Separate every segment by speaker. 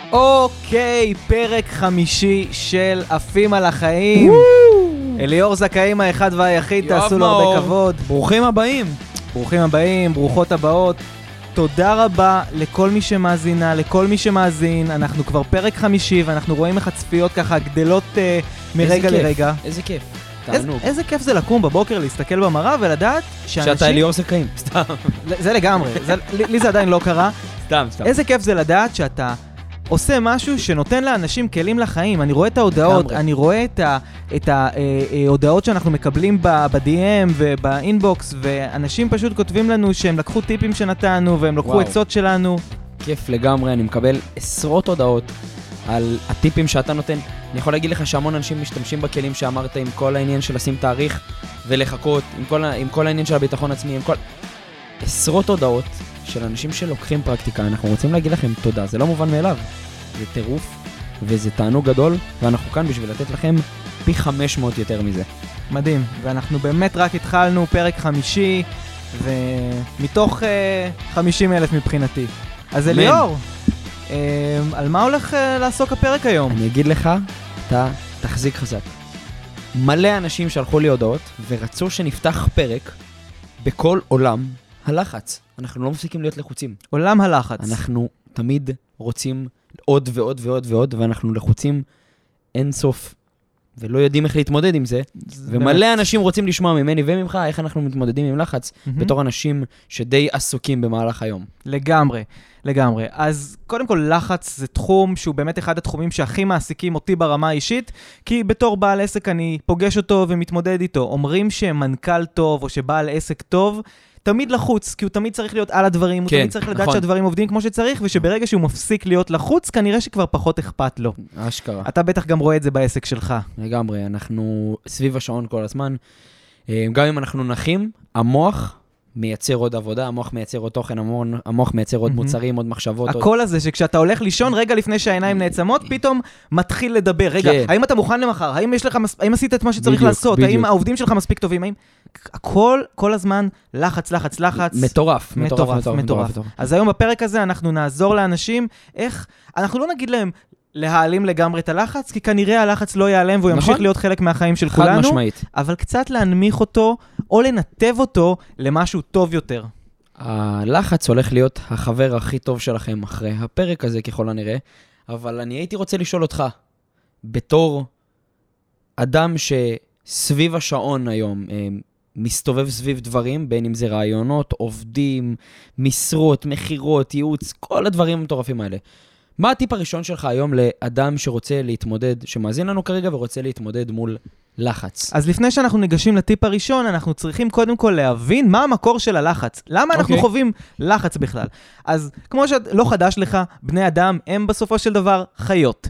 Speaker 1: אוקיי, פרק 5 של עפים על החיים. אליאור זכאים האחד והיחיד, תעשו לו הרבה כבוד.
Speaker 2: ברוכים הבאים.
Speaker 1: ברוכים הבאים, ברוכות הבאות. תודה רבה לכל מי שמאזינה, לכל מי שמאזין. אנחנו כבר פרק 5 ואנחנו רואים איך הצפיות ככה גדלות מרגע לרגע.
Speaker 2: איזה כיף.
Speaker 1: איזה כיף זה לקום בבוקר, להסתכל במראה ולדעת
Speaker 2: שאתה אליאור זכאים. סתם.
Speaker 1: זה לגמרי, לי זה עדיין לא קרה.
Speaker 2: סתם.
Speaker 1: איזה כיף זה לדעת שאתה עושה משהו שנותן לאנשים כלים לחיים. אני רואה את ההודעות, אני רואה את ההודעות שאנחנו מקבלים ב-DM ובאינבוקס, ואנשים פשוט כותבים לנו שהם לקחו טיפים שנתנו והם לקחו עצות שלנו.
Speaker 2: כיף לגמרי, אני מקבל עשרות הודעות על הטיפים שאתה נותן. אני יכול להגיד לך שהמון אנשים משתמשים בכלים שאמרת, עם כל העניין של לשים תאריך ולחכות, עם כל העניין של הביטחון עצמי, עם כל עשרות הודעות של אנשים שלוקחים פרקטיקה. אנחנו רוצים להגיד לכם תודה, זה לא מובן מאליו. זה טירוף וזה תענוג גדול, ואנחנו כאן בשביל לתת לכם פי 500 יותר מזה.
Speaker 1: מדהים, ואנחנו באמת רק התחלנו פרק 5, ומתוך 50,000 מבחינתי. אז אליאור, על מה הולך לעסוק הפרק היום?
Speaker 2: אני אגיד לך, אתה תחזיק חזק. מלא אנשים שלחו לי הודעות ורצו שנפתח פרק בכל עולם הלחץ. אנחנו לא מפסיקים להיות לחוצים.
Speaker 1: עולם הלחץ.
Speaker 2: אנחנו תמיד רוצים עוד ועוד ועוד ועוד, ואנחנו לחוצים אין סוף, ולא יודעים איך להתמודד עם זה. ומלא אנשים רוצים לשמוע ממני וממך איך אנחנו מתמודדים עם לחץ, בתור אנשים שדי עסוקים במהלך היום.
Speaker 1: לגמרי, לגמרי. אז קודם כל לחץ זה תחום שהוא באמת אחד התחומים שהכי מעסיקים אותי ברמה האישית, כי בתור בעל עסק אני פוגש אותו ומתמודד איתו. אומרים שמנכ"ל טוב או שבעל עסק טוב, תמיד לחוץ, כי הוא תמיד צריך להיות על הדברים, הוא תמיד צריך לדעת שהדברים עובדים כמו שצריך, ושברגע שהוא מפסיק להיות לחוץ, כנראה שכבר פחות אכפת לו.
Speaker 2: אשכרה.
Speaker 1: אתה בטח גם רואה את זה בעסק שלך.
Speaker 2: לגמרי, אנחנו סביב השעון כל הזמן. גם אם אנחנו נחים, המוח מייצר עוד עבודה, המוח מייצר עוד תוכן, המוח מייצר עוד מוצרים, עוד מחשבות.
Speaker 1: הכל הזה שכשאתה הולך לישון, רגע לפני שהעיניים נעצמות, פתאום מתחיל לדבר. רגע, האם אתה מוכן למחר? האם עשית את מה שצריך לעשות? האם העובדים שלך מספיק טובים? הכל, כל הזמן, לחץ. מטורף. אז היום בפרק הזה אנחנו נעזור לאנשים איך, אנחנו לא נגיד להם להעלים לגמרי את הלחץ, כי כנראה הלחץ לא ייעלם והוא ימשיך להיות חלק מהחיים של כולנו.
Speaker 2: חד משמעית.
Speaker 1: אבל קצת להנמיך אותו, או לנתב אותו למשהו טוב יותר.
Speaker 2: הלחץ הולך להיות החבר הכי טוב שלכם אחרי הפרק הזה ככל הנראה, אבל אני הייתי רוצה לשאול אותך, בתור אדם שסביב השעון היום מסתובב סביב דברים, בין אם זה רעיונות, עובדים, משרות, מחירות, ייעוץ, כל הדברים המטורפים האלה. מה הטיפ הראשון שלך היום לאדם שרוצה להתמודד, שמאזין לנו כרגע ורוצה להתמודד מול לחץ?
Speaker 1: אז לפני שאנחנו ניגשים לטיפ הראשון, אנחנו צריכים קודם כל להבין מה המקור של הלחץ. למה אנחנו חווים לחץ בכלל? אז כמו שלא חדש לך, בני אדם הם בסופו של דבר חיות.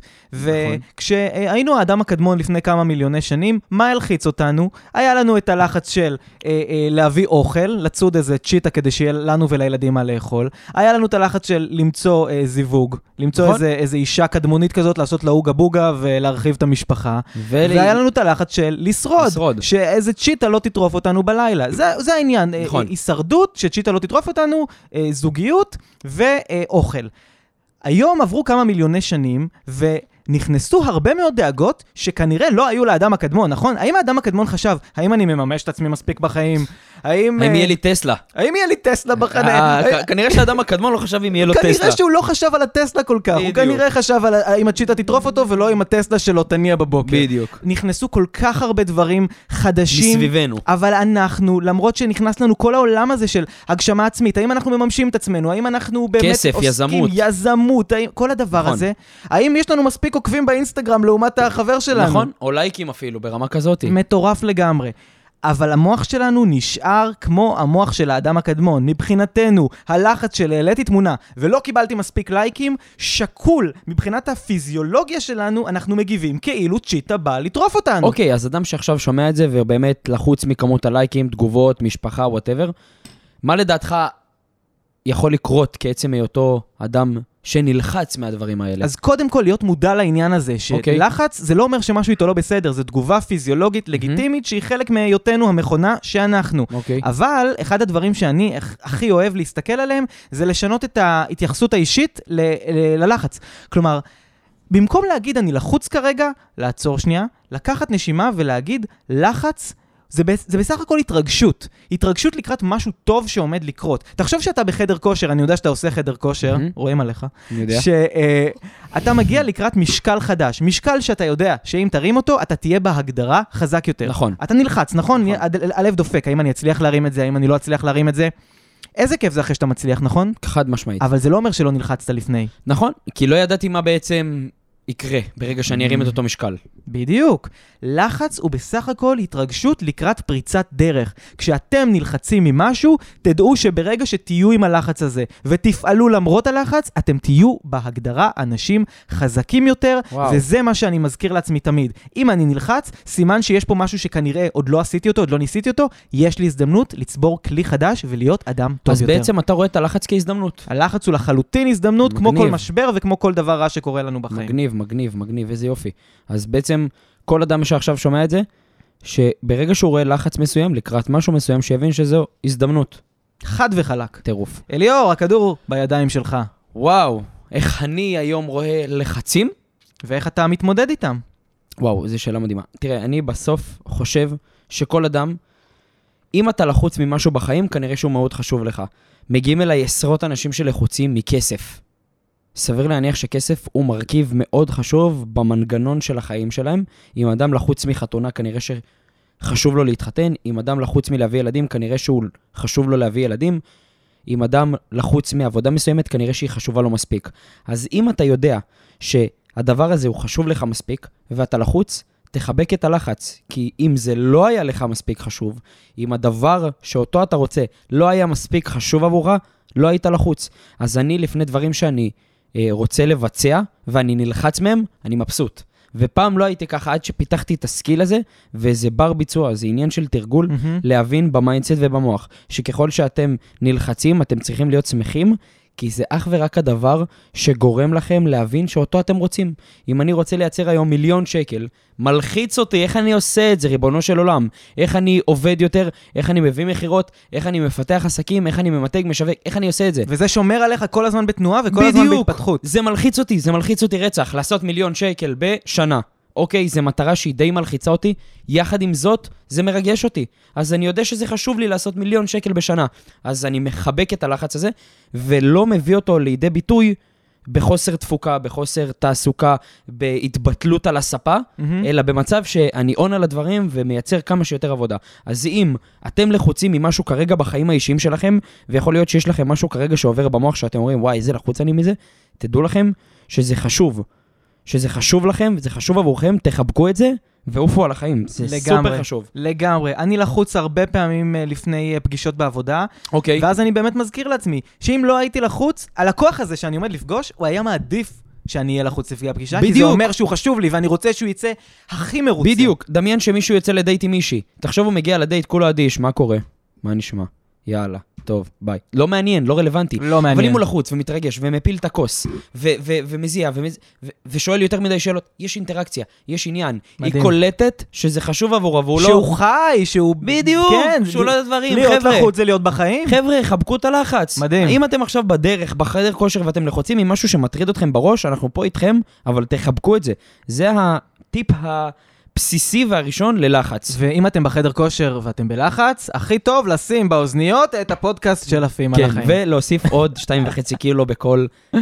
Speaker 1: וכשהיינו האדם הקדמון לפני כמה מיליוני שנים, מה הלחיץ אותנו? היה לנו את הלחץ של להביא אוכל, לצוד איזה צ'יטה כדי שיהיה לנו ולילדים מה לאכול. היה לנו את הלחץ של למצוא זיווג, למצוא איזה אישה קדמונית כזאת, לעשות לה אוגה בוגה ולהרחיב את המשפחה. והיה לנו את הלחץ של לשרוד, שאיזה צ'יטה לא תטרוף אותנו בלילה. זה העניין, הישרדות, שצ'יטה לא תטרוף אותנו, זוגיות ואוכל. היום עברו כמה מיליוני שנים, ונכנסו הרבה מאוד דאגות שכנראה לא היו לאדם הקדמון, נכון? האם האדם הקדמון חשב, האם אני מממש את עצמי מספיק בחיים? האם
Speaker 2: יהיה לי טסלה?
Speaker 1: האם יהיה לי טסלה בחנה?
Speaker 2: כנראה שהאדם הקדמון לא חשב אם יהיה לו טסלה.
Speaker 1: כנראה שהוא לא חשב על הטסלה כל כך. הוא כנראה חשב על האם הצ'יטה תטרוף אותו, ולא עם הטסלה שלו תניע בבוקר.
Speaker 2: בדיוק.
Speaker 1: נכנסו כל כך הרבה דברים חדשים.
Speaker 2: מסביבנו.
Speaker 1: אבל אנחנו, למרות שנכנס לנו כל העולם הזה של הגשמה עצמית, האם אנחנו מממשים את עצמנו? האם אנחנו באמת
Speaker 2: כסף,
Speaker 1: יזמות, כל הדבר הזה? האם יש לנו מספיק עוקבים באינסטגרם לעומת החבר שלנו?
Speaker 2: נכון, או לייקים אפילו, ברמה כזאת.
Speaker 1: מטורף לגמרי. אבל המוח שלנו נשאר כמו המוח של האדם הקדמון. מבחינתנו, הלחץ של העליתי תמונה ולא קיבלתי מספיק לייקים, שקול. מבחינת הפיזיולוגיה שלנו, אנחנו מגיבים כאילו צ'יטה בא לטרוף אותנו.
Speaker 2: אוקיי, אז אדם שעכשיו שומע את זה ובאמת לחוץ מכמות הלייקים, תגובות, משפחה, whatever, מה לדעתך יכול לקרות כעצם היותו אדם שנלחץ מהדברים האלה?
Speaker 1: אז קודם כל להיות מודע לעניין הזה, שלחץ זה לא אומר שמשהו איתו לא בסדר, זה תגובה פיזיולוגית לגיטימית שהיא חלק מהיותנו המכונה שאנחנו. אבל אחד הדברים שאני הכי אוהב להסתכל עליהם, זה לשנות את ההתייחסות האישית ללחץ. כלומר, במקום להגיד אני לחוץ כרגע, לעצור שנייה, לקחת נשימה ולהגיד לחץ, זה בסך הכל התרגשות. התרגשות לקראת משהו טוב שעומד לקרות. תחשוב שאתה בחדר כושר, אני יודע שאתה עושה חדר כושר, רואים עליך.
Speaker 2: אני יודע.
Speaker 1: שאתה מגיע לקראת משקל חדש. משקל שאתה יודע שאם תרים אותו, אתה תהיה בהגדרה חזק יותר.
Speaker 2: נכון.
Speaker 1: אתה נלחץ, נכון? הלב דופק, האם אני אצליח להרים את זה, האם אני לא אצליח להרים את זה. איזה כיף זה אחרי שאתה מצליח, נכון?
Speaker 2: חד משמעית.
Speaker 1: אבל זה לא אומר שלא נלחצת לפני.
Speaker 2: נכון, כי לא ידעתי מה בעצם יקרה ברגע שאני ארים את אותו משקל.
Speaker 1: בדיוק. לחץ הוא בסך הכל התרגשות לקראת פריצת דרך. כשאתם נלחצים ממשהו, תדעו שברגע שתהיו עם הלחץ הזה ותפעלו למרות הלחץ, אתם תהיו בהגדרה אנשים חזקים יותר, וזה מה שאני מזכיר לעצמי תמיד. אם אני נלחץ, סימן שיש פה משהו שכנראה עוד לא עשיתי אותו, עוד לא ניסיתי אותו, יש לי הזדמנות לצבור כלי חדש ולהיות אדם טוב יותר.
Speaker 2: אז בעצם אתה רואה את הלחץ כהזדמנות.
Speaker 1: הלחץ הוא לחלוטין הזדמנות, כמו כל משבר וכמו כל דבר רע שקורה לנו בחיים.
Speaker 2: מגניב, איזה יופי. אז בעצם כל אדם שעכשיו שומע את זה, שברגע שהוא רואה לחץ מסוים, לקראת משהו מסוים, שיבין שזו הזדמנות.
Speaker 1: חד וחלק.
Speaker 2: טירוף.
Speaker 1: אליאור, הכדור בידיים שלך.
Speaker 2: וואו, איך אני היום רואה לחצים?
Speaker 1: ואיך אתה מתמודד איתם?
Speaker 2: וואו, זו שאלה מדהימה. תראה, אני בסוף חושב שכל אדם, אם אתה לחוץ ממשהו בחיים, כנראה שהוא מאוד חשוב לך. מגיעים אליי עשרות אנשים שלחוצים מכסף. סביר להניח שכסף הוא מרכיב מאוד חשוב במנגנון של החיים שלהם. אם אדם לחוץ מחתונה, כנראה שחשוב לו להתחתן. אם אדם לחוץ מלהביא ילדים, כנראה שהוא חשוב לו להביא ילדים. אם אדם לחוץ מעבודה מסוימת, כנראה שהיא חשובה לו מספיק. אז אם אתה יודע שהדבר הזה הוא חשוב לך מספיק, ואתה לחוץ, תחבק את הלחץ. כי אם זה לא היה לך מספיק חשוב, אם הדבר שאותו אתה רוצה לא היה מספיק חשוב עבורך, לא היית לחוץ. אז אני לפני דברים שאני רוצה לבצע, ואני נלחץ מהם, אני מבסוט. ופעם לא הייתי ככה עד שפיתחתי את הסקיל הזה, וזה בר ביצוע, זה עניין של תרגול, להבין במיינדסט ובמוח, שככל שאתם נלחצים, אתם צריכים להיות שמחים, כי זה אך ורק הדבר שגורם לכם להבין שאותו אתם רוצים. אם אני רוצה לייצר היום 1,000,000 שקל, מלחיץ אותי, איך אני עושה את זה, ריבונו של עולם? איך אני עובד יותר, איך אני מביא מחירות, איך אני מפתח עסקים, איך אני ממתג, משווק, איך אני עושה את זה?
Speaker 1: וזה שומר עליך כל הזמן בתנועה וכל הזמן בהתפתחות.
Speaker 2: זה מלחיץ אותי רצח, לעשות 1,000,000 שקל בשנה. אוקיי, זו מטרה שהיא די מלחיצה אותי, יחד עם זאת, זה מרגש אותי. אז אני יודע שזה חשוב לי לעשות 1,000,000 שקל בשנה. אז אני מחבק את הלחץ הזה, ולא מביא אותו לידי ביטוי בחוסר תפוקה, בחוסר תעסוקה, בהתבטלות על הספה, אלא במצב שאני עון על הדברים ומייצר כמה שיותר עבודה. אז אם אתם לחוצים ממשהו כרגע בחיים האישיים שלכם, ויכול להיות שיש לכם משהו כרגע שעובר במוח שאתם אומרים, וואי, איזה לחוץ אני מזה, תדעו לכם שזה חשוב. שזה חשוב לכם, וזה חשוב עבורכם, תחבקו את זה, ועופו על החיים. זה סופר חשוב.
Speaker 1: לגמרי. אני לחוץ הרבה פעמים לפני פגישות בעבודה, ואז אני באמת מזכיר לעצמי, שאם לא הייתי לחוץ, הלקוח הזה שאני עומד לפגוש, הוא היה מעדיף שאני אהיה לחוץ לפי הפגישה, כי זה אומר שהוא חשוב לי, ואני רוצה שהוא יצא הכי מרוצה.
Speaker 2: בדיוק. דמיין שמישהו יוצא לדייט עם מישהי. תחשוב הוא מגיע לדייט, כולו אדיש, מה קורה? מה נשמע? יאללה, טוב, ביי. לא מעניין, לא רלוונטי.
Speaker 1: לא מעניין.
Speaker 2: אבל אם הוא לחוץ ומתרגש ומפיל את הכוס, ומזיע, ושואל יותר מדי שאלות, יש אינטראקציה, יש עניין. היא קולטת שזה חשוב עבורה, והוא לא...
Speaker 1: שהוא חי, שהוא...
Speaker 2: בדיוק, שהוא לא דברים,
Speaker 1: להיות לחוץ זה להיות בחיים.
Speaker 2: חבר'ה, חבקו את הלחץ.
Speaker 1: מדהים.
Speaker 2: אם אתם עכשיו בדרך, בחדר כושר, ואתם לחוצים עם משהו שמטריד אתכם בראש, אנחנו פה איתכם, אבל תחבקו את זה. זה הטיפ בסיסי והראשון ללחץ.
Speaker 1: ואם אתם בחדר כושר ואתם בלחץ, הכי טוב לשים באוזניות את הפודקאסט של עפים על החיים.
Speaker 2: כן, ולהוסיף עוד 2.5 קילו בכל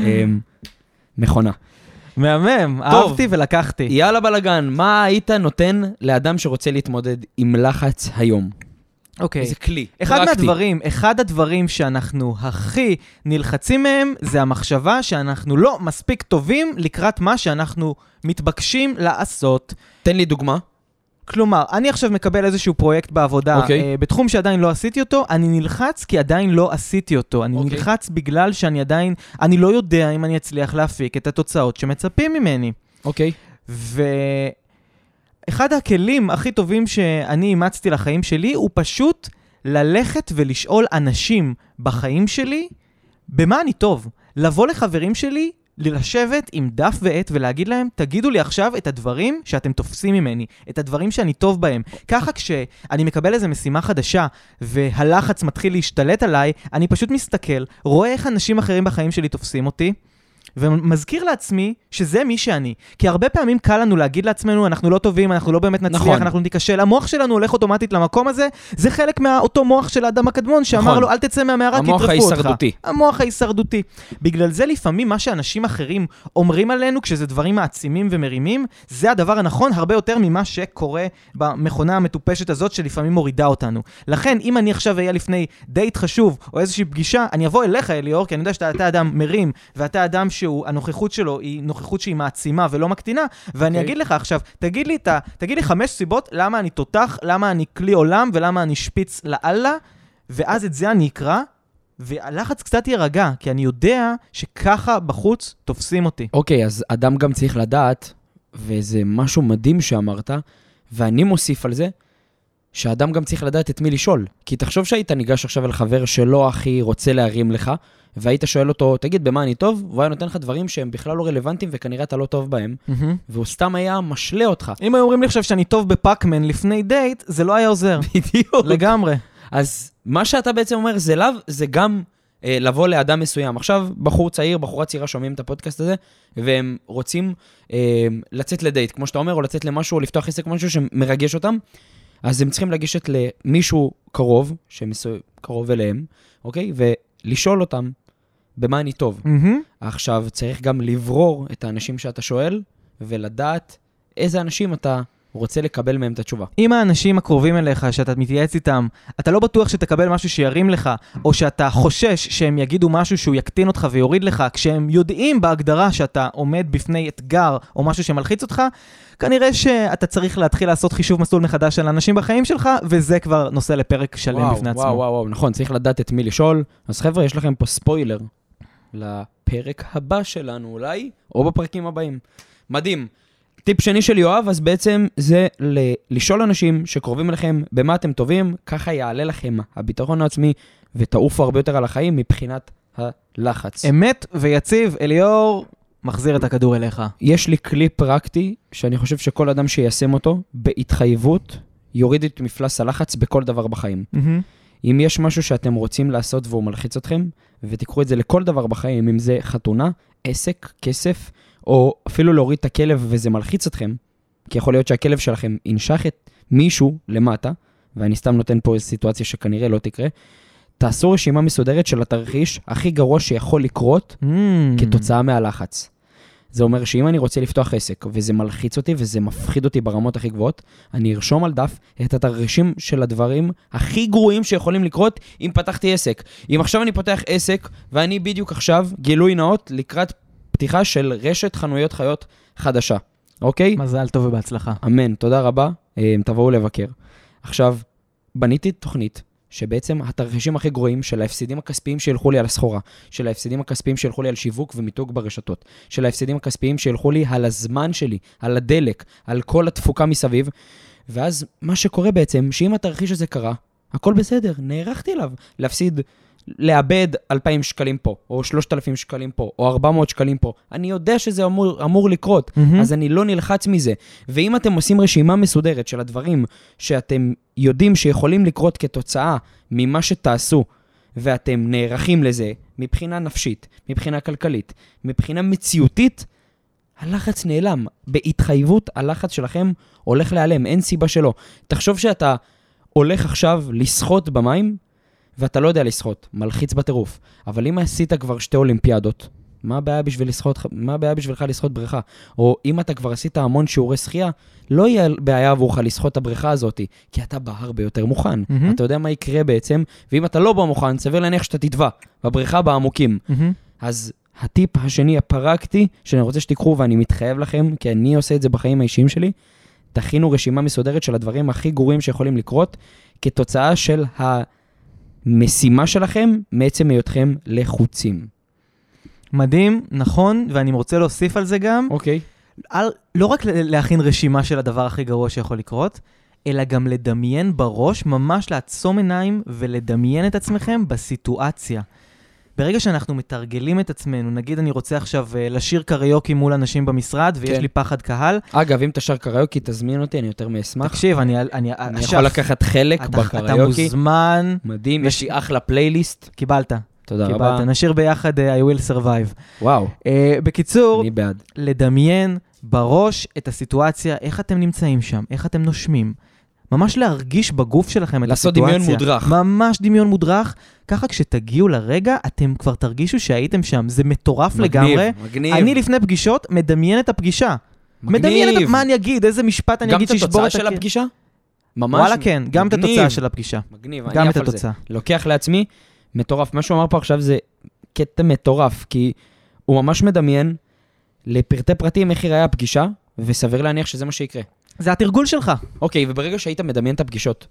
Speaker 2: מכונה.
Speaker 1: מהמם, אהבתי ולקחתי.
Speaker 2: יאללה בלגן, מה היית נותן לאדם שרוצה להתמודד עם לחץ היום?
Speaker 1: אוקיי.
Speaker 2: איזה כלי.
Speaker 1: אחד הדברים שאנחנו הכי נלחצים מהם, זה המחשבה שאנחנו לא מספיק טובים לקראת מה שאנחנו מתבקשים לעשות.
Speaker 2: תן לי דוגמה.
Speaker 1: כלומר, אני עכשיו מקבל איזשהו פרויקט בעבודה, בתחום שעדיין לא עשיתי אותו, אני נלחץ כי עדיין לא עשיתי אותו. אני נלחץ בגלל שאני עדיין, אני לא יודע אם אני אצליח להפיק את התוצאות שמצפים ממני.
Speaker 2: אוקיי.
Speaker 1: אחד הכלים הכי טובים שאני אימצתי לחיים שלי, הוא פשוט ללכת ולשאול אנשים בחיים שלי, במה אני טוב? לבוא לחברים שלי, לשבת עם דף ועט ולהגיד להם, תגידו לי עכשיו את הדברים שאתם תופסים ממני, את הדברים שאני טוב בהם. ככה כשאני מקבל איזו משימה חדשה, והלחץ מתחיל להשתלט עליי, אני פשוט מסתכל, רואה איך אנשים אחרים בחיים שלי תופסים אותי, ומזכיר לעצמי שזה מי שאני. כי הרבה פעמים קל לנו להגיד לעצמנו, אנחנו לא טובים, אנחנו לא באמת נצליח, נכון. אנחנו נתקשל. המוח שלנו הולך אוטומטית למקום הזה, זה חלק מאותו מוח של האדם הקדמון, שאמר נכון. לו, אל תצא מהמערה, כי יטרפו אותך. המוח ההישרדותי. בגלל זה לפעמים מה שאנשים אחרים אומרים עלינו, כשזה דברים מעצימים ומרימים, זה הדבר הנכון הרבה יותר ממה שקורה במכונה המטופשת הזאת, שלפעמים מורידה אותנו. לכן, אם אני עכשיו אהיה לפני דייט חשוב, או איזושהי פגישה, אני אבוא אליך, אליאור, כי אני יודע שאתה אדם מרים, ואתה אדם הנוכחות שלו היא נוכחות שהיא מעצימה ולא מקטינה, ואני אגיד לך עכשיו, תגיד לי 5 סיבות למה אני תותח, למה אני כלי עולם, ולמה אני שפיץ לאללה, ואז את זה אני אקרא, והלחץ קצת ירגע, כי אני יודע שככה בחוץ תופסים אותי.
Speaker 2: אוקיי, אז אדם גם צריך לדעת, וזה משהו מדהים שאמרת, ואני מוסיף על זה, שאדם גם צריך לדעת את מי לשאול. כי תחשוב שהיית ניגש עכשיו אל חבר שלא הכי רוצה להרים לך, והיית שואל אותו, תגיד, במה אני טוב? והוא היה נותן לך דברים שהם בכלל לא רלוונטיים, וכנראה אתה לא טוב בהם, והוא סתם היה משלה אותך.
Speaker 1: אם היו אומרים לי עכשיו שאני טוב בפאקמן לפני דייט, זה לא היה עוזר.
Speaker 2: בדיוק.
Speaker 1: לגמרי.
Speaker 2: אז מה שאתה בעצם אומר, זה גם לבוא לאדם מסוים. עכשיו, בחור צעיר, בחורה צעירה שומעים את הפודקאסט הזה, והם רוצים לצאת לדייט, כמו שאתה אומר, או לצאת למשהו, או לפתוח עסק משהו שמרגש אותם, אז הם צריכים לגשת למישהו קרוב, קרוב אליהם, אוקיי? ולשאול אותם במה אני טוב. עכשיו, צריך גם לברור את האנשים שאתה שואל, ולדעת איזה אנשים אתה רוצה לקבל מהם את התשובה.
Speaker 1: אם האנשים הקרובים אליך, שאתה מתייעץ איתם, אתה לא בטוח שתקבל משהו שירים לך, או שאתה חושש שהם יגידו משהו שהוא יקטין אותך ויוריד לך, כשהם יודעים בהגדרה שאתה עומד בפני אתגר, או משהו שמלחיץ אותך, כנראה שאתה צריך להתחיל לעשות חישוב מסלול מחדש של אנשים בחיים שלך, וזה כבר נושא לפרק שלם בפני עצמו.
Speaker 2: וואו, נכון, צריך לדעת את מי לשאול. אז חבר'ה, יש לכם פה ספוילר לפרק הבא שלנו אולי, או בפרקים הבאים. מדהים. טיפ שני של יואב, אז בעצם זה לשאול אנשים שקרובים אליכם במה אתם טובים, ככה יעלה לכם הביטחון העצמי, ותעופו הרבה יותר על החיים מבחינת הלחץ.
Speaker 1: אמת ויציב, אליאור מחזיר את הכדור אליך.
Speaker 2: יש לי כלי פרקטי, שאני חושב שכל אדם שיישם אותו, בהתחייבות, יוריד את מפלס הלחץ בכל דבר בחיים. אם יש משהו שאתם רוצים לעשות והוא מלחיץ אתכם, ותיקחו את זה לכל דבר בחיים, אם זה חתונה, עסק, כסף, או אפילו להוריד את הכלב וזה מלחיץ אתכם, כי יכול להיות שהכלב שלכם ינשך את מישהו למטה, ואני סתם נותן פה סיטואציה שכנראה לא תקרה, תעשו רשימה מסודרת של התרחיש הכי גרוע שיכול לקרות כתוצאה מהלחץ. זה אומר שאם אני רוצה לפתוח עסק, וזה מלחיץ אותי וזה מפחיד אותי ברמות הכי גבוהות, אני ארשום על דף את התרחישים של הדברים הכי גרועים שיכולים לקרות אם פתחתי עסק. אם עכשיו אני פותח עסק, ואני בדיוק עכשיו גילוי נאות לקראת פתיחה של רשת חנויות חיות חדשה, אוקיי?
Speaker 1: מזל טוב ובהצלחה.
Speaker 2: אמן, תודה רבה, תבואו לבקר. עכשיו, בניתי תוכנית שבעצם התרחישים הכי גרועים של ההפסידים הכספיים שילכו לי על הסחורה, של ההפסידים הכספיים שילכו לי על שיווק ומיתוג ברשתות, של ההפסידים הכספיים שילכו לי על הזמן שלי, על הדלק, על כל התפוקה מסביב, ואז מה שקורה בעצם, שאם התרחיש הזה קרה, הכל בסדר, נערכתי אליו, להפסיד, לאבד 2,000 שקלים פה, או 3,000 שקלים פה, או 400 שקלים פה. אני יודע שזה אמור לקרות, אז אני לא נלחץ מזה. ואם אתם עושים רשימה מסודרת של הדברים שאתם יודעים שיכולים לקרות כתוצאה ממה שתעשו, ואתם נערכים לזה מבחינה נפשית, מבחינה כלכלית, מבחינה מציאותית, הלחץ נעלם. בהתחייבות הלחץ שלכם הולך להיעלם, אין סיבה שלא. תחשוב שאתה הולך עכשיו לשחות במים, ואתה לא יודע לשחות, מלחיץ בטירוף. אבל אם עשית כבר 2 אולימפיאדות, מה הבעיה בשבילך לשחות בריכה? או אם אתה כבר עשית המון שיעורי שחייה, לא יהיה בעיה עבורך לשחות את הבריכה הזאת, כי אתה בא הרבה יותר מוכן. אתה יודע מה יקרה בעצם, ואם אתה לא בא מוכן, סביר להניח שאתה תטבע בבריכה בעמוקים. אז הטיפ השני הפרקטי, שאני רוצה שתיקחו ואני מתחייב לכם, כי אני עושה את זה בחיים האישיים שלי, תכינו רשימה מסודרת של הדברים הכי גרועים שיכולים לקרות, כתוצאה של המשימה שלכם, מעצם היותכם לחוצים.
Speaker 1: מדהים, נכון, ואני רוצה להוסיף על זה גם.
Speaker 2: אוקיי.
Speaker 1: לא רק להכין רשימה של הדבר הכי גרוע שיכול לקרות, אלא גם לדמיין בראש, ממש לעצום עיניים ולדמיין את עצמכם בסיטואציה. ברגע שאנחנו מתרגלים את עצמנו, נגיד אני רוצה עכשיו לשיר קריוקי מול אנשים במשרד, ויש לי פחד קהל.
Speaker 2: אגב, אם תשאר קריוקי, תזמין אותי, אני יותר מאשמח.
Speaker 1: תקשיב, אני
Speaker 2: יכול לקחת חלק בקריוקי.
Speaker 1: אתה מוזמן.
Speaker 2: מדהים, יש לי אחלה פלייליסט.
Speaker 1: קיבלת.
Speaker 2: תודה רבה.
Speaker 1: נשיר ביחד I will survive.
Speaker 2: וואו.
Speaker 1: בקיצור,
Speaker 2: אני בעד.
Speaker 1: לדמיין בראש את הסיטואציה, איך אתם נמצאים שם, איך אתם נושמים. ממש להרגיש בגוף שלכם את הסיטואציה.
Speaker 2: לעשות דמיון מודרך.
Speaker 1: ממש דמיון מודרך. ככה כשתגיעו לרגע, אתם כבר תרגישו שהייתם שם. זה מטורף לגמרי.
Speaker 2: מגניב.
Speaker 1: אני לפני פגישות מדמיין את הפגישה. מדמיין את מה אני אגיד, איזה משפט אני אגיד שישבור את
Speaker 2: גם את התוצאה של הפגישה? ממש.
Speaker 1: וואלה כן, גם את התוצאה של הפגישה.
Speaker 2: מגניב,
Speaker 1: גם את התוצאה.
Speaker 2: לוקח לעצמי, מטורף. מה שהוא אמר פה עכשיו זה קטע מטורף, כי הוא ממש מדמיין לפרטי פרטים איך ייראה הפגישה, וסביר להניח שזה מה שיקרה.
Speaker 1: זה התרגול שלך.
Speaker 2: אוקיי, וברגע שהיית מדמיין את הפגישות,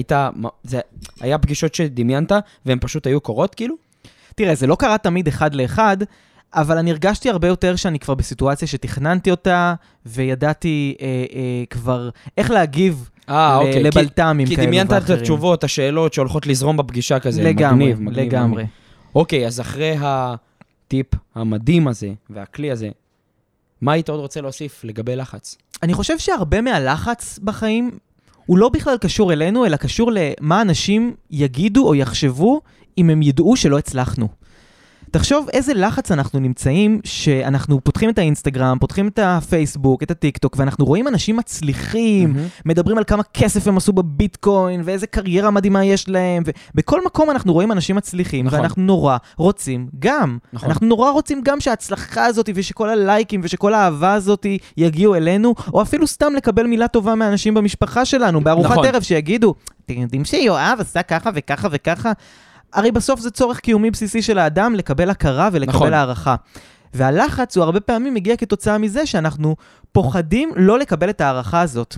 Speaker 2: היה פגישות שדמיינת, והן פשוט היו קורות, כאילו?
Speaker 1: תראה, זה לא קרה תמיד אחד לאחד, אבל אני הרגשתי הרבה יותר שאני כבר בסיטואציה שתכננתי אותה, וידעתי כבר איך להגיב לבלת"מים כאלו
Speaker 2: ואחרים. כי דמיינת את התשובות, השאלות שהולכות לזרום בפגישה כזה.
Speaker 1: לגמרי, לגמרי.
Speaker 2: אוקיי, אז אחרי הטיפ המדהים הזה, והכלי הזה, מה היית עוד רוצה להוסיף לגבי לחץ?
Speaker 1: אני חושב שהרבה מהלחץ בחיים הוא לא בכלל קשור אלינו, אלא קשור למה אנשים יגידו או יחשבו אם הם ידעו שלא הצלחנו. תחשוב איזה לחץ אנחנו נמצאים, שאנחנו פותחים את האינסטגרם, פותחים את הפייסבוק, את הטיקטוק, ואנחנו רואים אנשים מצליחים, מדברים על כמה כסף הם עשו בביטקוין, ואיזה קריירה מדהימה יש להם, ובכל מקום אנחנו רואים אנשים מצליחים, ואנחנו נורא רוצים גם. אנחנו נורא רוצים גם שההצלחה הזאת, ושכל הלייקים, ושכל האהבה הזאת יגיעו אלינו, או אפילו סתם לקבל מילה טובה מאנשים במשפחה שלנו, בארוחת ערב שיגידו, אתם יודעים שיואב עשה ככה וככה וככה, הרי בסוף זה צורך קיומי בסיסי של האדם לקבל הכרה ולקבל הערכה. והלחץ הוא הרבה פעמים מגיע כתוצאה מזה שאנחנו פוחדים לא לקבל את הערכה הזאת.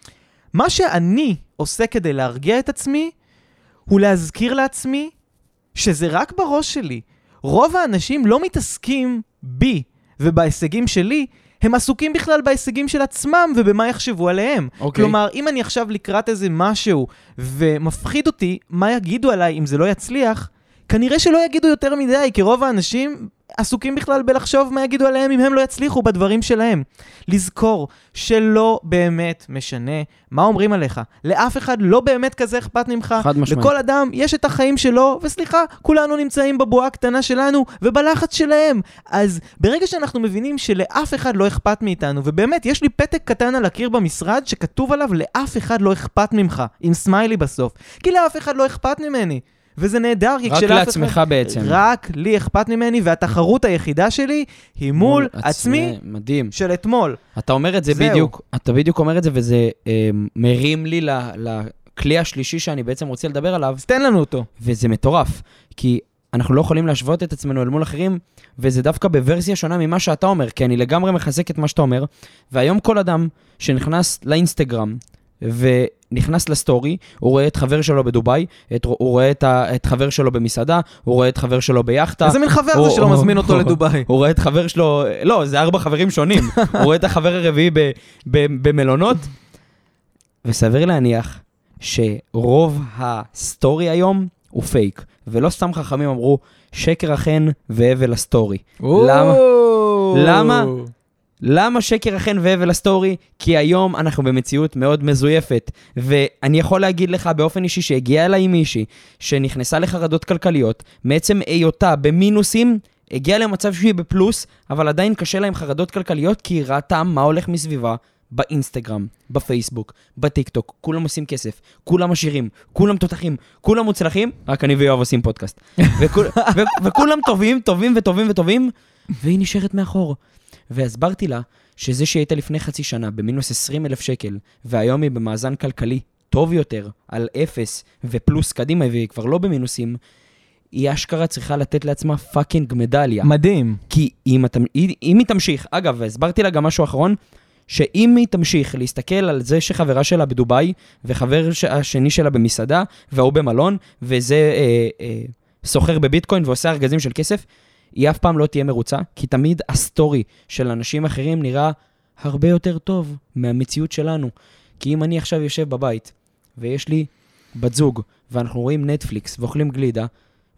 Speaker 1: מה שאני עושה כדי להרגיע את עצמי, הוא להזכיר לעצמי שזה רק בראש שלי. רוב האנשים לא מתעסקים בי ובהישגים שלי, הם עסוקים בכלל בהישגים של עצמם ובמה יחשבו עליהם. כלומר, אם אני עכשיו לקראת איזה משהו ומפחיד אותי, מה יגידו עליי אם זה לא יצליח, כנראה שלא יגידו יותר מדי, כי רוב האנשים עסוקים בכלל בלחשוב מה יגידו עליהם אם הם לא יצליחו בדברים שלהם. לזכור שלא באמת משנה מה אומרים עליך. לאף אחד לא באמת כזה אכפת ממך. לכל אדם יש את החיים שלו, וסליחה, כולנו נמצאים בבועה הקטנה שלנו ובלחץ שלהם. אז ברגע שאנחנו מבינים שלאף אחד לא אכפת מאיתנו, ובאמת יש לי פתק קטן על הקיר במשרד שכתוב עליו לאף אחד לא אכפת ממך, עם סמיילי בסוף. כי לאף אחד לא אכפת ממני. וזה נהדר,
Speaker 2: רק לעצמך בעצם.
Speaker 1: רק לי אכפת ממני, והתחרות היחידה שלי היא מול עצמי
Speaker 2: מדהים.
Speaker 1: של אתמול.
Speaker 2: אתה אומר את זה בדיוק, אתה בדיוק אומר את זה, וזה מרים לי לכלי השלישי שאני בעצם רוצה לדבר עליו.
Speaker 1: אז תן לנו אותו.
Speaker 2: וזה מטורף, כי אנחנו לא יכולים להשוות את עצמנו אל מול אחרים, וזה דווקא בוורסיה שונה ממה שאתה אומר, כי אני לגמרי מחזק את מה שאתה אומר, והיום כל אדם שנכנס לאינסטגרם, ונכנס לסטורי, הוא רואה את חבר שלו בדוביי, הוא רואה את חבר שלו במסעדה, הוא רואה את חבר שלו ביחטה.
Speaker 1: איזה מין חבר זה שלא מזמין אותו לדוביי?
Speaker 2: הוא רואה את חבר שלו, לא, זה 4 חברים שונים. הוא רואה את החבר הרביעי במלונות, וסביר להניח שרוב הסטורי היום הוא פייק, ולא סתם חכמים אמרו, שקר אכן והבל הסטורי. למה? למה שקר אכן והבל הסטורי? כי היום אנחנו במציאות מאוד מזויפת, ואני יכול להגיד לך באופן אישי שהגיע אליי מישהי שנכנסה לחרדות כלכליות, מעצם היותה במינוסים, הגיעה למצב שהיא בפלוס, אבל עדיין קשה לה עם חרדות כלכליות, כי היא ראתה מה הולך מסביבה באינסטגרם, בפייסבוק, בטיקטוק, כולם עושים כסף, כולם עשירים, כולם תותחים, כולם מוצלחים, רק אני ויואב עושים פודקאסט. וכולם טובים, טובים וטובים וטובים, והיא נשארת מאחור. והסברתי לה שזה שהייתה לפני חצי שנה במינוס 20,000 שקל, והיום היא במאזן כלכלי טוב יותר, על 0 ופלוס קדימה, והיא כבר לא במינוסים, היא אשכרה צריכה לתת לעצמה פאקינג מדליה.
Speaker 1: מדהים.
Speaker 2: כי אם היא תמשיך, אגב, והסברתי לה גם משהו אחרון, שאם היא תמשיך להסתכל על זה שחברה שלה בדוביי, וחבר השני שלה במסעדה, והוא במלון, וזה סוחר בביטקוין ועושה ארגזים של כסף, היא אף פעם לא תהיה מרוצה, כי תמיד הסטורי של אנשים אחרים נראה הרבה יותר טוב מהמציאות שלנו. כי אם אני עכשיו יושב בבית, ויש לי בת זוג, ואנחנו רואים נטפליקס ואוכלים גלידה,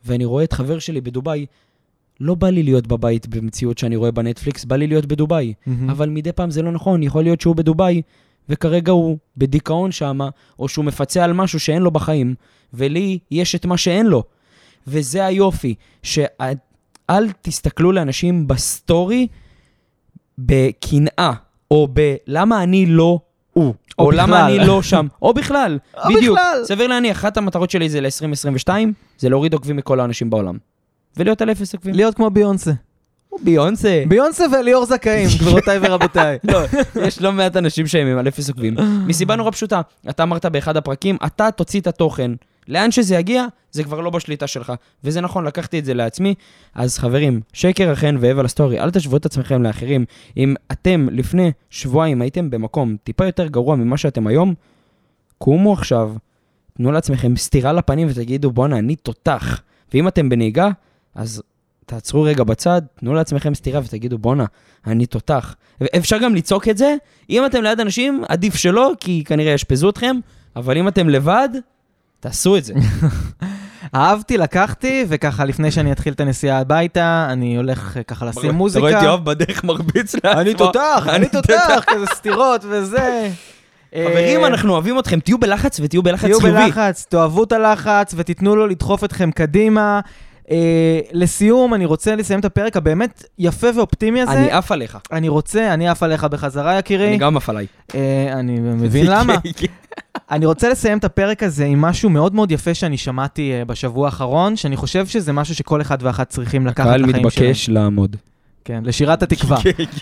Speaker 2: ואני רואה את חבר שלי בדוביי, לא בא לי להיות בבית במציאות שאני רואה בנטפליקס, בא לי להיות בדוביי. אבל מדי פעם זה לא נכון, יכול להיות שהוא בדוביי, וכרגע הוא בדיכאון שם, או שהוא מפצה על משהו שאין לו בחיים, ולי יש את מה שאין לו. וזה היופי, שאל תסתכלו לאנשים בסטורי בקנאה, או למה אני לא הוא, או למה אני לא שם, או בכלל, בדיוק. סביר להניח, אחת המטרות שלי זה ל-2022, זה להוריד עוקבים מכל האנשים בעולם. ולהיות על 0 עוקבים.
Speaker 1: להיות כמו ביונסה.
Speaker 2: ביונסה.
Speaker 1: ביונסה וליאור זכאים, גבירותיי ורבותיי.
Speaker 2: לא, יש לא מעט אנשים שהם על 0 עוקבים. מסיבה נורא פשוטה, אתה אמרת באחד הפרקים, אתה תוציא את התוכן. לאן שזה יגיע, זה כבר לא בשליטה שלך. וזה נכון, לקחתי את זה לעצמי. אז חברים, שקר אכן והבל הסטורי, אל תשוו את עצמכם לאחרים. אם אתם לפני שבועיים הייתם במקום טיפה יותר גרוע ממה שאתם היום, קומו עכשיו, תנו לעצמכם סתירה לפנים ותגידו, בואנה, אני תותח. ואם אתם בנהיגה, אז תעצרו רגע בצד, תנו לעצמכם סתירה ותגידו, בונה, אני תותח. אפשר גם לצעוק את זה, אם אתם ליד אנשים, עדיף שלא, כי כנראה ישפזו אתכם, אבל אם אתם לבד, תעשו את זה.
Speaker 1: אהבתי, לקחתי, וככה לפני שאני אתחיל את הנסיעה הביתה, אני הולך ככה לשים מוזיקה.
Speaker 2: אתה רואה את יואב בדרך מרביץ לעצמו.
Speaker 1: אני תותח, כזה סתירות וזה.
Speaker 2: חברים, אנחנו אוהבים אתכם, תהיו בלחץ ותהיו בלחץ חיובי.
Speaker 1: תהיו בלחץ, תאהבו את הלחץ ותיתנו לו לדחוף אתכם קדימה. לסיום, אני רוצה לסיים את הפרק הבאמת יפה ואופטימי הזה.
Speaker 2: אני אף עליך.
Speaker 1: אני אף עליך בחזרה, יקירי.
Speaker 2: אני גם אף עליי.
Speaker 1: אני מבין למה. אני רוצה לסיים את הפרק הזה עם משהו מאוד מאוד יפה שאני שמעתי בשבוע האחרון, שאני חושב שזה משהו שכל אחד ואחת צריכים לקחת לחיים שלהם.
Speaker 2: הקהל מתבקש לעמוד.
Speaker 1: כן, לשירת התקווה.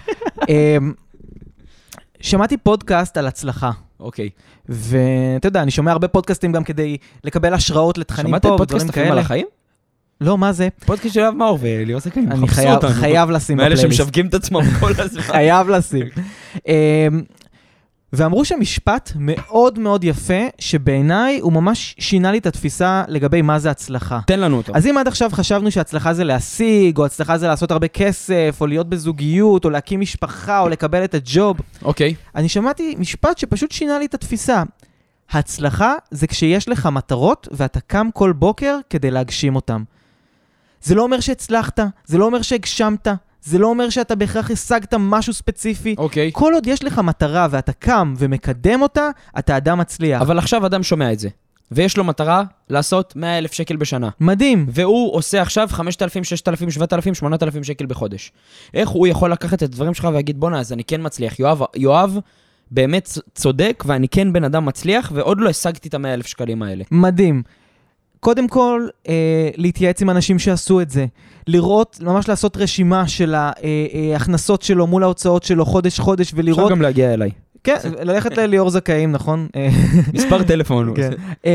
Speaker 1: שמעתי פודקאסט על הצלחה.
Speaker 2: אוקיי.
Speaker 1: ואתה יודע, אני שומע הרבה פודקאסטים גם כדי לקבל השראות לתכנים פה ודברים כאלה.
Speaker 2: שמעת פודקאסט על החיים?
Speaker 1: לא, מה זה?
Speaker 2: פודקאסט של יואב מאור וליאור זכאים.
Speaker 1: אני חייב לשים
Speaker 2: בפלייליסט. מאלה שמשווקים את עצמם כל הזמן.
Speaker 1: חייב לשים. ואמרו שמשפט מאוד מאוד יפה, שבעיניי הוא ממש שינה לי את התפיסה לגבי מה זה הצלחה.
Speaker 2: תן לנו אותו.
Speaker 1: אז אם עד עכשיו חשבנו שהצלחה זה להשיג, או הצלחה זה לעשות הרבה כסף, או להיות בזוגיות, או להקים משפחה, או לקבל את הג'וב.
Speaker 2: אוקיי.
Speaker 1: אני שמעתי משפט שפשוט שינה לי את התפיסה. הצלחה זה כשיש לך מטרות, ואתה קם כל בוקר כדי להגשים אותם. זה לא אומר שהצלחת, זה לא אומר שהגשמת, זה לא אומר שאתה בהכרח השגת משהו ספציפי.
Speaker 2: אוקיי.
Speaker 1: כל עוד יש לך מטרה ואתה קם ומקדם אותה, אתה אדם מצליח.
Speaker 2: אבל עכשיו אדם שומע את זה, ויש לו מטרה לעשות 100,000 שקל בשנה.
Speaker 1: מדהים.
Speaker 2: והוא עושה עכשיו 5,000, 6,000, 7,000, 8,000 שקל בחודש. איך הוא יכול לקחת את הדברים שלך ולהגיד, בונה, אז אני כן מצליח. יואב באמת צודק, ואני כן בן אדם מצליח, ועוד לא השגתי את 100,000 שקלים האלה.
Speaker 1: מדהים. קודם כל, להתייעץ עם אנשים שעשו את זה. לראות, ממש לעשות רשימה של ההכנסות שלו מול ההוצאות שלו חודש ולראות...
Speaker 2: אפשר גם להגיע אליי.
Speaker 1: כן, ללכת לליאור זכאים, נכון?
Speaker 2: מספר טלפון.
Speaker 1: כן.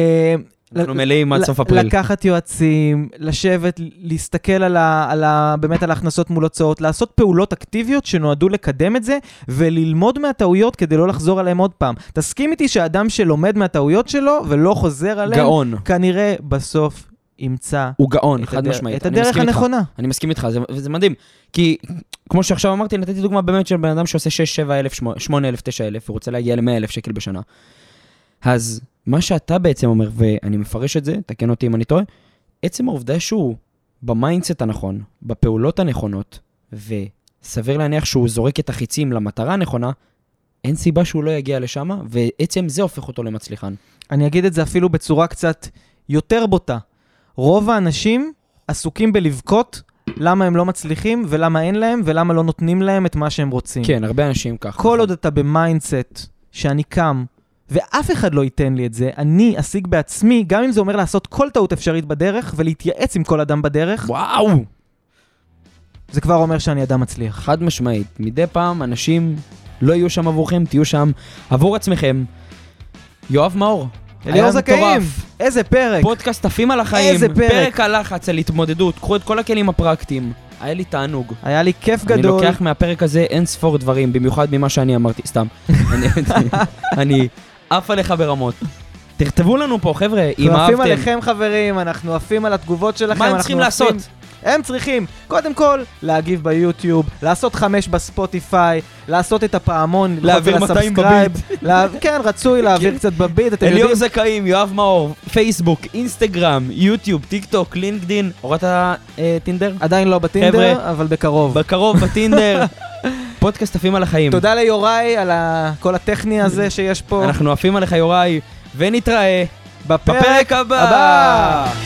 Speaker 2: אנחנו מלאים עד סוף אפריל.
Speaker 1: לקחת יועצים, לשבת, להסתכל באמת על ההכנסות מול הוצאות, לעשות פעולות אקטיביות שנועדו לקדם את זה, וללמוד מהטעויות כדי לא לחזור עליהם עוד פעם. תסכים איתי שהאדם שלומד מהטעויות שלו ולא חוזר עליהם,
Speaker 2: גאון.
Speaker 1: כנראה בסוף ימצא
Speaker 2: הוא גאון, חד משמעית.
Speaker 1: את הדרך הנכונה.
Speaker 2: אני מסכים איתך, וזה מדהים. כי כמו שעכשיו אמרתי, נתתי דוגמה באמת של בן אדם שעושה 6, 7 אלף, 8 אלף, 9 אלף, ורוצה להגיע ל100,000 שקל בשנה. אז מה שאתה בעצם אומר, ואני מפרש את זה, תקן אותי אם אני טועה, עצם העובדה שהוא במיינדסט הנכון, בפעולות הנכונות, וסביר להניח שהוא זורק את החיצים למטרה הנכונה, אין סיבה שהוא לא יגיע לשם, ועצם זה הופך אותו למצליחן.
Speaker 1: אני אגיד את זה אפילו בצורה קצת יותר בוטה. רוב האנשים עסוקים בלבכות למה הם לא מצליחים, ולמה אין להם, ולמה לא נותנים להם את מה שהם רוצים.
Speaker 2: כן, הרבה אנשים ככה.
Speaker 1: כל עוד אתה במיינדסט שאני קם, ואף אחד לא ייתן לי את זה, אני אשיג בעצמי, גם אם זה אומר לעשות כל טעות אפשרית בדרך, ולהתייעץ עם כל אדם בדרך.
Speaker 2: וואו!
Speaker 1: זה כבר אומר שאני אדם מצליח.
Speaker 2: חד משמעית. מדי פעם אנשים לא יהיו שם עבורכם, תהיו שם עבור עצמכם. יואב מאור.
Speaker 1: ליאור זכאים. איזה פרק.
Speaker 2: פודקאסט עפים על החיים.
Speaker 1: איזה פרק.
Speaker 2: פרק הלחץ על התמודדות. קחו את כל הכלים הפרקטיים. היה לי תענוג.
Speaker 1: היה לי כיף גדול.
Speaker 2: אני לוקח מהפרק הזה אין ספור דברים, במיוחד ממה שאני אמרתי. סתם. אני עף עליך ברמות. תכתבו לנו פה, חבר'ה, אם אהבתם.
Speaker 1: אנחנו עפים עליכם, חברים. אנחנו עפים על התגובות שלכם.
Speaker 2: מה הם צריכים לעשות?
Speaker 1: הם צריכים, קודם כל, להגיב ביוטיוב, לעשות 5 בספוטיפיי, לעשות את הפעמון,
Speaker 2: להעביר 200 בביט.
Speaker 1: כן, רצוי להעביר קצת בביט, אתם יודעים.
Speaker 2: אליאור זכאים, יואב מאור, פייסבוק, אינסטגרם, יוטיוב, טיק טוק, לינקדין, הורדת טינדר?
Speaker 1: עדיין לא בטינדר, אבל בקרוב.
Speaker 2: בקרוב בטינדר. פודקאסט עפים על החיים.
Speaker 1: תודה ליוראי על כל הטכני הזה שיש פה.
Speaker 2: אנחנו עפים עליך יוראי, ונתראה
Speaker 1: בפרק הבא.